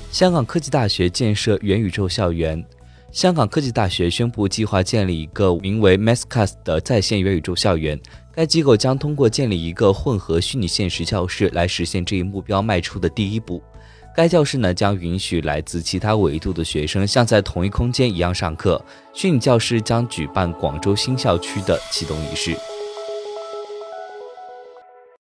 香港科技大学建设元宇宙校园。香港科技大学宣布计划建立一个名为 Maxcast 的在线元宇宙校园，该机构将通过建立一个混合虚拟现实教室来实现这一目标迈出的第一步。该教室将允许来自其他纬度的学生像在同一空间一样上课。虚拟教室将举办广州新校区的启动仪式。